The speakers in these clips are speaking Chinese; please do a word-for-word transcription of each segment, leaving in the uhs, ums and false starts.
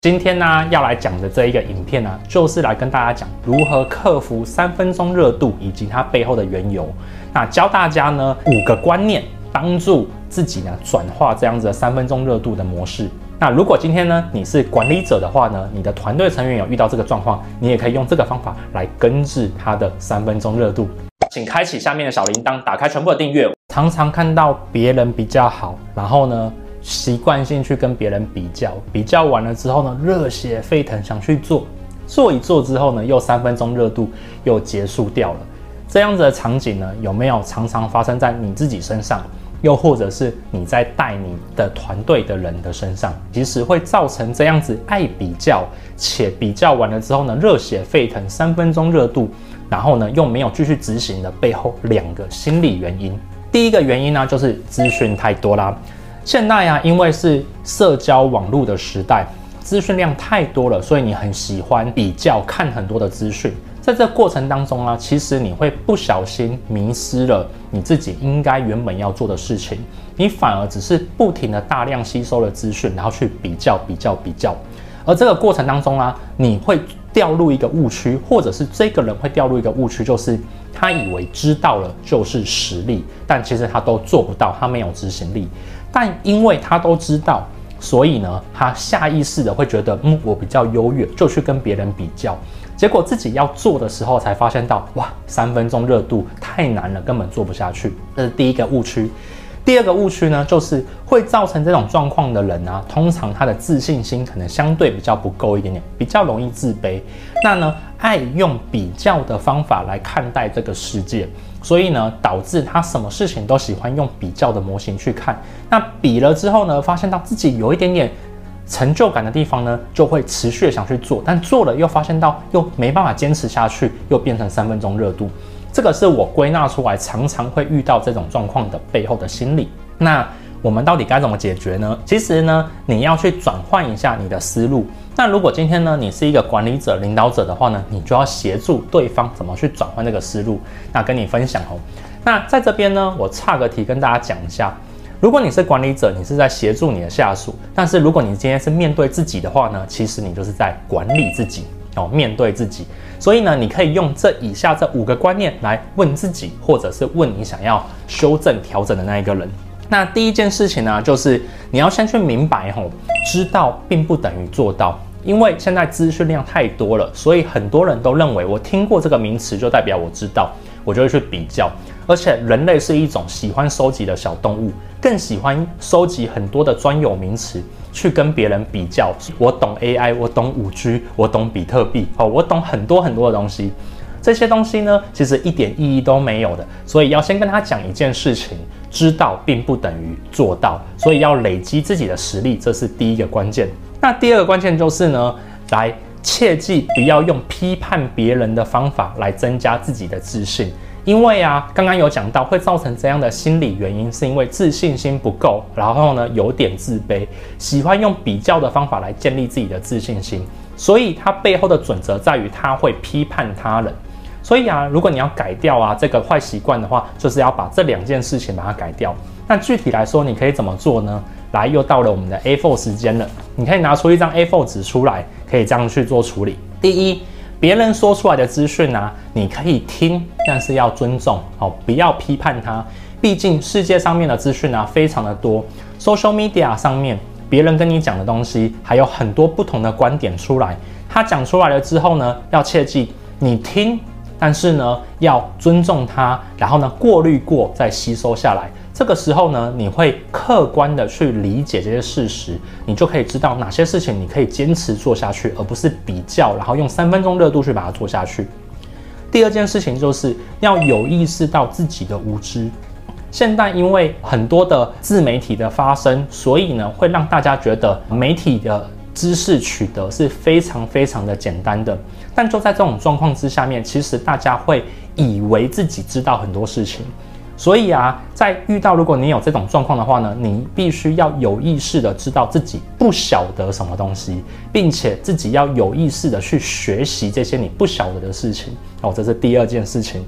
今天呢，要来讲的这一个影片呢，就是来跟大家讲如何克服三分钟热度以及它背后的缘由。那教大家呢五个观念，帮助自己呢转化这样子的三分钟热度的模式。那如果今天呢你是管理者的话呢，你的团队成员有遇到这个状况，你也可以用这个方法来根治它的三分钟热度。请开启下面的小铃铛，打开全部的订阅。常常看到别人比较好，然后呢？习惯性去跟别人比较，比较完了之后呢，热血沸腾想去做，做一做之后呢，又三分钟热度又结束掉了。这样子的场景呢，有没有常常发生在你自己身上？又或者是你在带你的团队的人的身上？其实会造成这样子爱比较，且比较完了之后呢，热血沸腾，三分钟热度，然后呢又没有继续执行的背后两个心理原因。第一个原因呢，就是资讯太多啦。现在啊，因为是社交网络的时代，资讯量太多了，所以你很喜欢比较，看很多的资讯。在这过程当中啊，其实你会不小心迷失了你自己应该原本要做的事情，你反而只是不停的大量吸收了资讯，然后去比较、比较、比较。而这个过程当中啊，你会掉入一个误区，或者是这个人会掉入一个误区，就是他以为知道了就是实力，但其实他都做不到，他没有执行力。但因为他都知道，所以呢，他下意识的会觉得，嗯，我比较优越，就去跟别人比较。结果自己要做的时候，才发现到，哇，三分钟热度太难了，根本做不下去。这是第一个误区。第二个误区呢，就是会造成这种状况的人啊，通常他的自信心可能相对比较不够一点点，比较容易自卑。那呢，爱用比较的方法来看待这个世界。所以呢，导致他什么事情都喜欢用比较的模型去看。那比了之后呢，发现到自己有一点点成就感的地方呢，就会持续的想去做，但做了又发现到又没办法坚持下去，又变成三分钟热度。这个是我归纳出来常常会遇到这种状况的背后的心理。那我们到底该怎么解决呢？其实呢，你要去转换一下你的思路。那如果今天呢，你是一个管理者、领导者的话呢，你就要协助对方怎么去转换这个思路。那跟你分享哦。那在这边呢，我岔个题跟大家讲一下。如果你是管理者，你是在协助你的下属；但是如果你今天是面对自己的话呢，其实你就是在管理自己哦，面对自己。所以呢，你可以用这以下这五个观念来问自己，或者是问你想要修正、调整的那一个人。那第一件事情呢，就是你要先去明白吼，知道并不等于做到，因为现在资讯量太多了，所以很多人都认为我听过这个名词就代表我知道，我就会去比较。而且人类是一种喜欢收集的小动物，更喜欢收集很多的专有名词去跟别人比较。我懂 A I， 我懂 五 G， 我懂比特币，哦，我懂很多很多的东西。这些东西呢，其实一点意义都没有的，所以要先跟他讲一件事情，知道并不等于做到，所以要累积自己的实力，这是第一个关键。那第二个关键就是呢，来切记不要用批判别人的方法来增加自己的自信，因为啊，刚刚有讲到会造成这样的心理原因，是因为自信心不够，然后呢有点自卑，喜欢用比较的方法来建立自己的自信心，所以它背后的准则在于他会批判他人。所以啊，如果你要改掉啊这个坏习惯的话，就是要把这两件事情把它改掉。那具体来说，你可以怎么做呢？来，又到了我们的 A 四 时间了。你可以拿出一张 A 四 纸出来，可以这样去做处理。第一，别人说出来的资讯啊，你可以听，但是要尊重，哦，不要批判它。毕竟世界上面的资讯啊非常的多 ，social media 上面别人跟你讲的东西，还有很多不同的观点出来。他讲出来了之后呢，要切记，你听。但是呢，要尊重它，然后呢，过滤过再吸收下来。这个时候呢，你会客观的去理解这些事实，你就可以知道哪些事情你可以坚持做下去，而不是比较，然后用三分钟热度去把它做下去。第二件事情就是要有意识到自己的无知。现在因为很多的自媒体的发生，所以呢，会让大家觉得媒体的知识取得是非常非常的简单的，但就在这种状况之下面，其实大家会以为自己知道很多事情，所以啊，在遇到如果你有这种状况的话呢，你必须要有意识的知道自己不晓得什么东西，并且自己要有意识的去学习这些你不晓得的事情哦，这是第二件事情。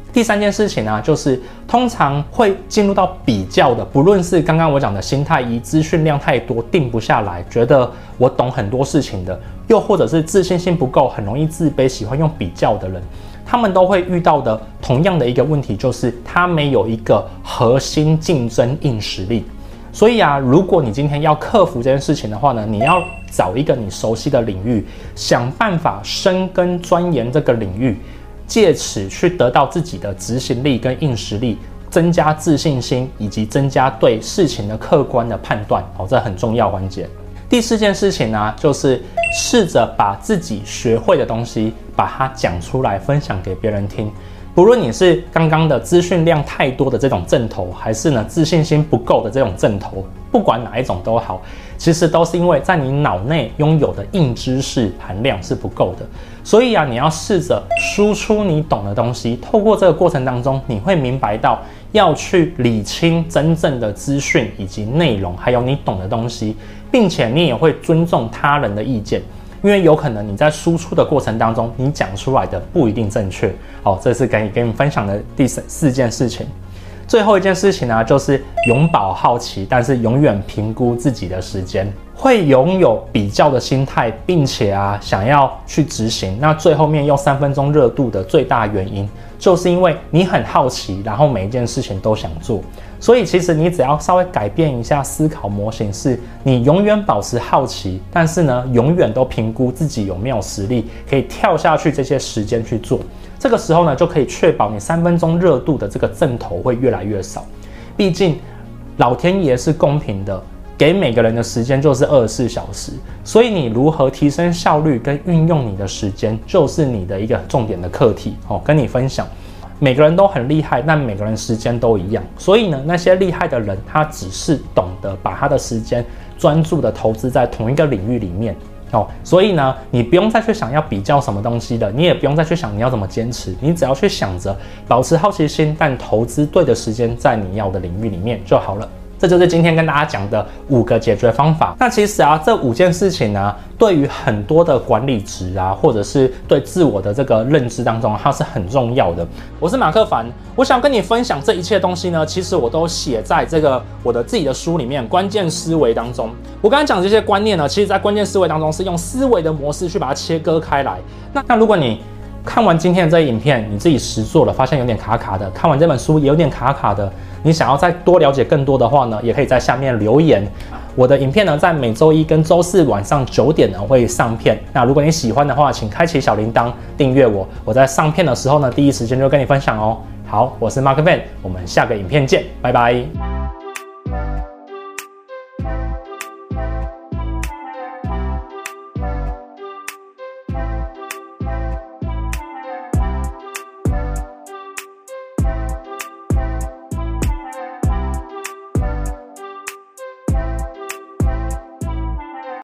第三件事情呢、啊，就是通常会进入到比较的，不论是刚刚我讲的心态一，资讯量太多，定不下来，觉得我懂很多事情的，又或者是自信心不够，很容易自卑，喜欢用比较的人，他们都会遇到的同样的一个问题，就是他没有一个核心竞争硬实力。所以啊，如果你今天要克服这件事情的话呢，你要找一个你熟悉的领域，想办法深耕钻研这个领域，借此去得到自己的执行力跟硬实力，增加自信心，以及增加对事情的客观的判断，哦，这很重要环节。第四件事情呢、啊，就是试着把自己学会的东西，把它讲出来，分享给别人听。不论你是刚刚的资讯量太多的这种症头，还是呢自信心不够的这种症头，不管哪一种都好，其实都是因为在你脑内拥有的硬知识含量是不够的。所以啊，你要试着输出你懂的东西，透过这个过程当中，你会明白到要去理清真正的资讯以及内容，还有你懂的东西，并且你也会尊重他人的意见。因为有可能你在输出的过程当中，你讲出来的不一定正确。好，这是可以跟你分享的第四件事情。最后一件事情呢、啊，就是永葆好奇，但是永远评估自己的时间，会拥有比较的心态，并且啊想要去执行。那最后面用三分钟热度的最大原因，就是因为你很好奇，然后每一件事情都想做。所以其实你只要稍微改变一下思考模型，是你永远保持好奇，但是呢，永远都评估自己有没有实力可以跳下去这些时间去做。这个时候呢，就可以确保你三分钟热度的这个阵头会越来越少。毕竟老天爷是公平的，给每个人的时间就是二十四小时，所以你如何提升效率跟运用你的时间，就是你的一个重点的课题。哦，跟你分享。每个人都很厉害，但每个人时间都一样，所以呢，那些厉害的人，他只是懂得把他的时间专注的投资在同一个领域里面哦。所以呢，你不用再去想要比较什么东西了，你也不用再去想你要怎么坚持，你只要去想着保持好奇心，但投资对的时间在你要的领域里面就好了。这就是今天跟大家讲的五个解决方法。那其实啊，这五件事情呢，对于很多的管理职啊，或者是对自我的这个认知当中，它是很重要的。我是马克凡，我想跟你分享这一切东西呢，其实我都写在这个我的自己的书里面《关键思维》当中。我刚才讲这些观念呢，其实在关键思维当中是用思维的模式去把它切割开来。那那如果你看完今天的这影片，你自己实做了，发现有点卡卡的，看完这本书也有点卡卡的，你想要再多了解更多的话呢，也可以在下面留言。我的影片呢，在每周一跟周四晚上九点呢会上片。那如果你喜欢的话，请开启小铃铛，订阅我。我在上片的时候呢，第一时间就跟你分享哦。好，我是 Mark Van， 我们下个影片见，拜拜。